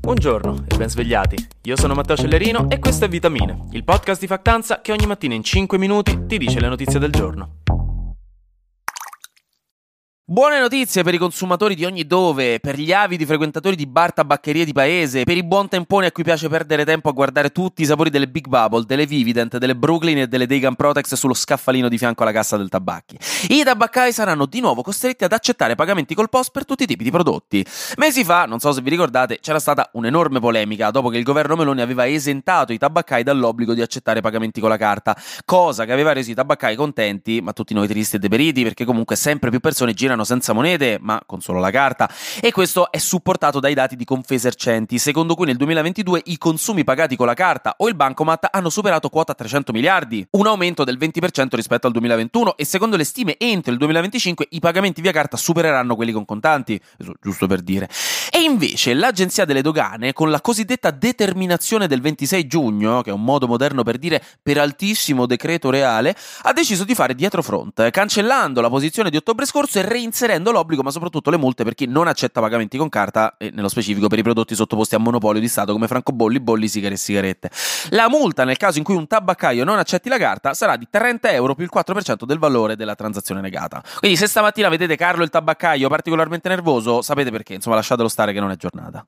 Buongiorno e ben svegliati. Io sono Matteo Cellerino e questo è Vitamine, il podcast di Factanza che ogni mattina in 5 minuti ti dice le notizie del giorno. Buone notizie per i consumatori di ogni dove, per gli avidi frequentatori di bar, tabaccherie di paese, per i buontemponi a cui piace perdere tempo a guardare tutti i sapori delle Big Bubble, delle Vivident, delle Brooklyn e delle Daygan Protex sullo scaffalino di fianco alla cassa del tabacchi. I tabaccai saranno di nuovo costretti ad accettare pagamenti col POS per tutti i tipi di prodotti. Mesi fa, non so se vi ricordate, c'era stata un'enorme polemica dopo che il governo Meloni aveva esentato i tabaccai dall'obbligo di accettare pagamenti con la carta, cosa che aveva reso i tabaccai contenti, ma tutti noi tristi e deperiti, perché comunque sempre più persone girano senza monete, ma con solo la carta, e questo è supportato dai dati di Confesercenti, secondo cui nel 2022 i consumi pagati con la carta o il bancomat hanno superato quota 300 miliardi, un aumento del 20% rispetto al 2021, e secondo le stime entro il 2025 i pagamenti via carta supereranno quelli con contanti, giusto per dire. E invece l'Agenzia delle Dogane, con la cosiddetta determinazione del 26 giugno, che è un modo moderno per dire per altissimo decreto reale, ha deciso di fare dietrofront, cancellando la posizione di ottobre scorso e reinserendo l'obbligo, ma soprattutto le multe per chi non accetta pagamenti con carta, e nello specifico per i prodotti sottoposti a monopolio di Stato come francobolli, bolli, sigari e sigarette. La multa nel caso in cui un tabaccaio non accetti la carta sarà di 30 euro più il 4% del valore della transazione negata. Quindi se stamattina vedete Carlo il tabaccaio particolarmente nervoso, sapete perché, insomma lasciatelo stare che non è giornata.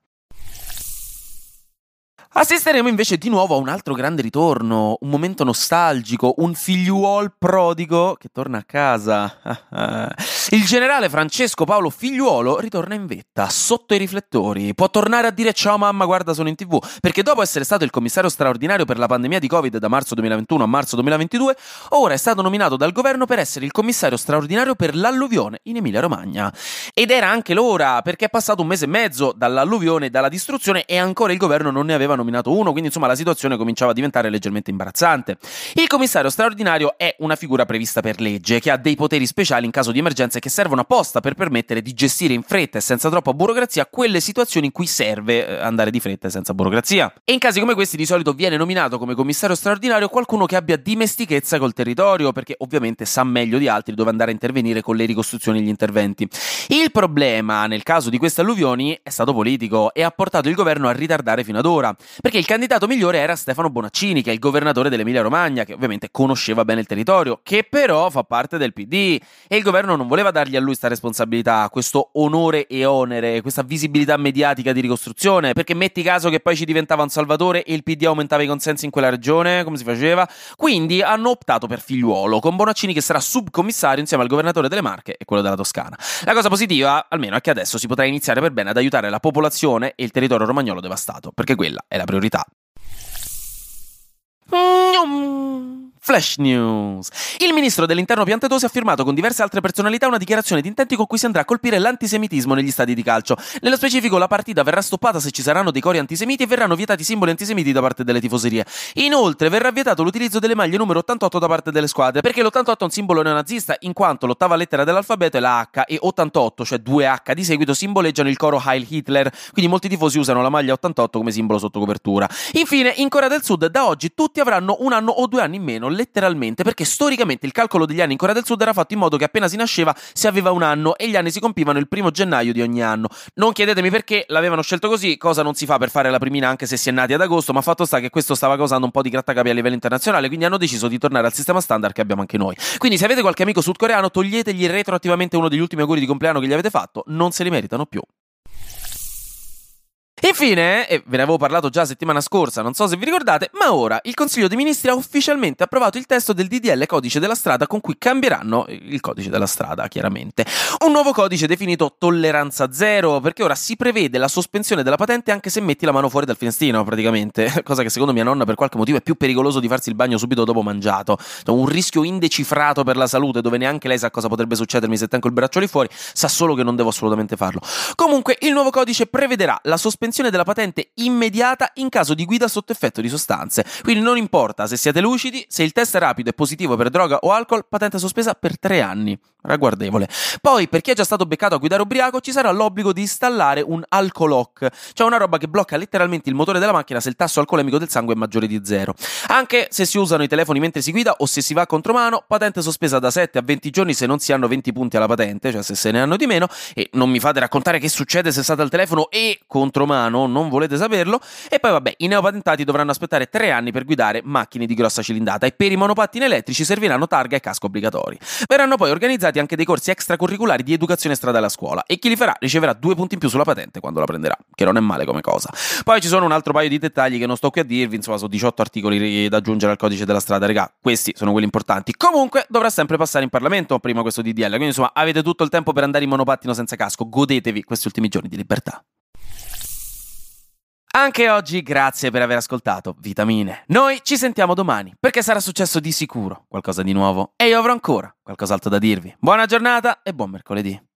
Assisteremo invece di nuovo a un altro grande ritorno, un momento nostalgico, un figliuol prodigo che torna a casa. Il generale Francesco Paolo Figliuolo ritorna in vetta, sotto i riflettori. Può tornare a dire ciao mamma, guarda sono in TV, perché dopo essere stato il commissario straordinario per la pandemia di Covid da marzo 2021 a marzo 2022, ora è stato nominato dal governo per essere il commissario straordinario per l'alluvione in Emilia-Romagna. Ed era anche l'ora, perché è passato un mese e mezzo dall'alluvione e dalla distruzione e ancora il governo non ne aveva nominato uno, quindi insomma la situazione cominciava a diventare leggermente imbarazzante. Il commissario straordinario è una figura prevista per legge, che ha dei poteri speciali in caso di emergenza e che servono apposta per permettere di gestire in fretta e senza troppa burocrazia quelle situazioni in cui serve andare di fretta e senza burocrazia. E in casi come questi di solito viene nominato come commissario straordinario qualcuno che abbia dimestichezza col territorio, perché ovviamente sa meglio di altri dove andare a intervenire con le ricostruzioni e gli interventi. Il problema nel caso di queste alluvioni è stato politico e ha portato il governo a ritardare fino ad ora, perché il candidato migliore era Stefano Bonaccini, che è il governatore dell'Emilia Romagna, che ovviamente conosceva bene il territorio, che però fa parte del PD, e il governo non voleva dargli a lui sta responsabilità, questo onore e onere, questa visibilità mediatica di ricostruzione, perché metti caso che poi ci diventava un salvatore e il PD aumentava i consensi in quella regione, come si faceva? Quindi hanno optato per Figliuolo, con Bonaccini che sarà subcommissario insieme al governatore delle Marche e quello della Toscana. La cosa positiva, almeno, è che adesso si potrà iniziare per bene ad aiutare la popolazione e il territorio romagnolo devastato, perché quella è la priorità. Flash News. Il ministro dell'interno Piantedosi ha firmato con diverse altre personalità una dichiarazione di intenti con cui si andrà a colpire l'antisemitismo negli stadi di calcio. Nello specifico la partita verrà stoppata se ci saranno dei cori antisemiti e verranno vietati simboli antisemiti da parte delle tifoserie. Inoltre verrà vietato l'utilizzo delle maglie numero 88 da parte delle squadre, perché l'88 è un simbolo neonazista, in quanto l'ottava lettera dell'alfabeto è la H e 88, cioè 2H di seguito, simboleggiano il coro Heil Hitler, quindi molti tifosi usano la maglia 88 come simbolo sotto copertura. Infine, in Corea del Sud da oggi tutti avranno un anno o 2 anni in meno, letteralmente, perché storicamente il calcolo degli anni in Corea del Sud era fatto in modo che appena si nasceva si aveva un anno e gli anni si compivano il 1° gennaio di ogni anno. Non chiedetemi perché l'avevano scelto così, cosa non si fa per fare la primina anche se si è nati ad agosto, ma fatto sta che questo stava causando un po' di grattacapi a livello internazionale, quindi hanno deciso di tornare al sistema standard che abbiamo anche noi. Quindi se avete qualche amico sudcoreano, toglietegli retroattivamente uno degli ultimi auguri di compleanno che gli avete fatto, non se li meritano più. Infine, e ve ne avevo parlato già settimana scorsa, non so se vi ricordate, ma ora il Consiglio dei Ministri ha ufficialmente approvato il testo del DDL Codice della Strada con cui cambieranno il codice della strada, chiaramente. Un nuovo codice definito tolleranza zero, perché ora si prevede la sospensione della patente anche se metti la mano fuori dal finestrino, praticamente, cosa che secondo mia nonna per qualche motivo è più pericoloso di farsi il bagno subito dopo mangiato. Un rischio indecifrato per la salute, dove neanche lei sa cosa potrebbe succedermi se tengo il bracciolo fuori, sa solo che non devo assolutamente farlo. Comunque, il nuovo codice prevederà la sospensione della patente immediata in caso di guida sotto effetto di sostanze. Quindi non importa se siete lucidi, se il test è rapido e positivo per droga o alcol, patente sospesa per 3 anni. ragguardevole. Poi, per chi è già stato beccato a guidare ubriaco, ci sarà l'obbligo di installare un alcolock, cioè una roba che blocca letteralmente il motore della macchina se il tasso alcolemico del sangue è maggiore di 0. Anche se si usano i telefoni mentre si guida o se si va a contromano, patente sospesa da 7 a 20 giorni se non si hanno 20 punti alla patente, cioè se ne hanno di meno, e non mi fate raccontare che succede se state al telefono e contromano, non volete saperlo. E poi vabbè, i neopatentati dovranno aspettare 3 anni per guidare macchine di grossa cilindata e per i monopattini elettrici serviranno targa e casco obbligatori. Verranno poi organizzati anche dei corsi extracurriculari di educazione stradale a scuola e chi li farà riceverà 2 punti in più sulla patente quando la prenderà, che non è male come cosa. Poi ci sono un altro paio di dettagli che non sto qui a dirvi, insomma sono 18 articoli da aggiungere al codice della strada, regà, questi sono quelli importanti. Comunque dovrà sempre passare in Parlamento prima questo DDL, quindi insomma avete tutto il tempo per andare in monopattino senza casco, godetevi questi ultimi giorni di libertà. Anche oggi grazie per aver ascoltato Vitamine. Noi ci sentiamo domani, perché sarà successo di sicuro qualcosa di nuovo e io avrò ancora qualcos'altro da dirvi. Buona giornata e buon mercoledì.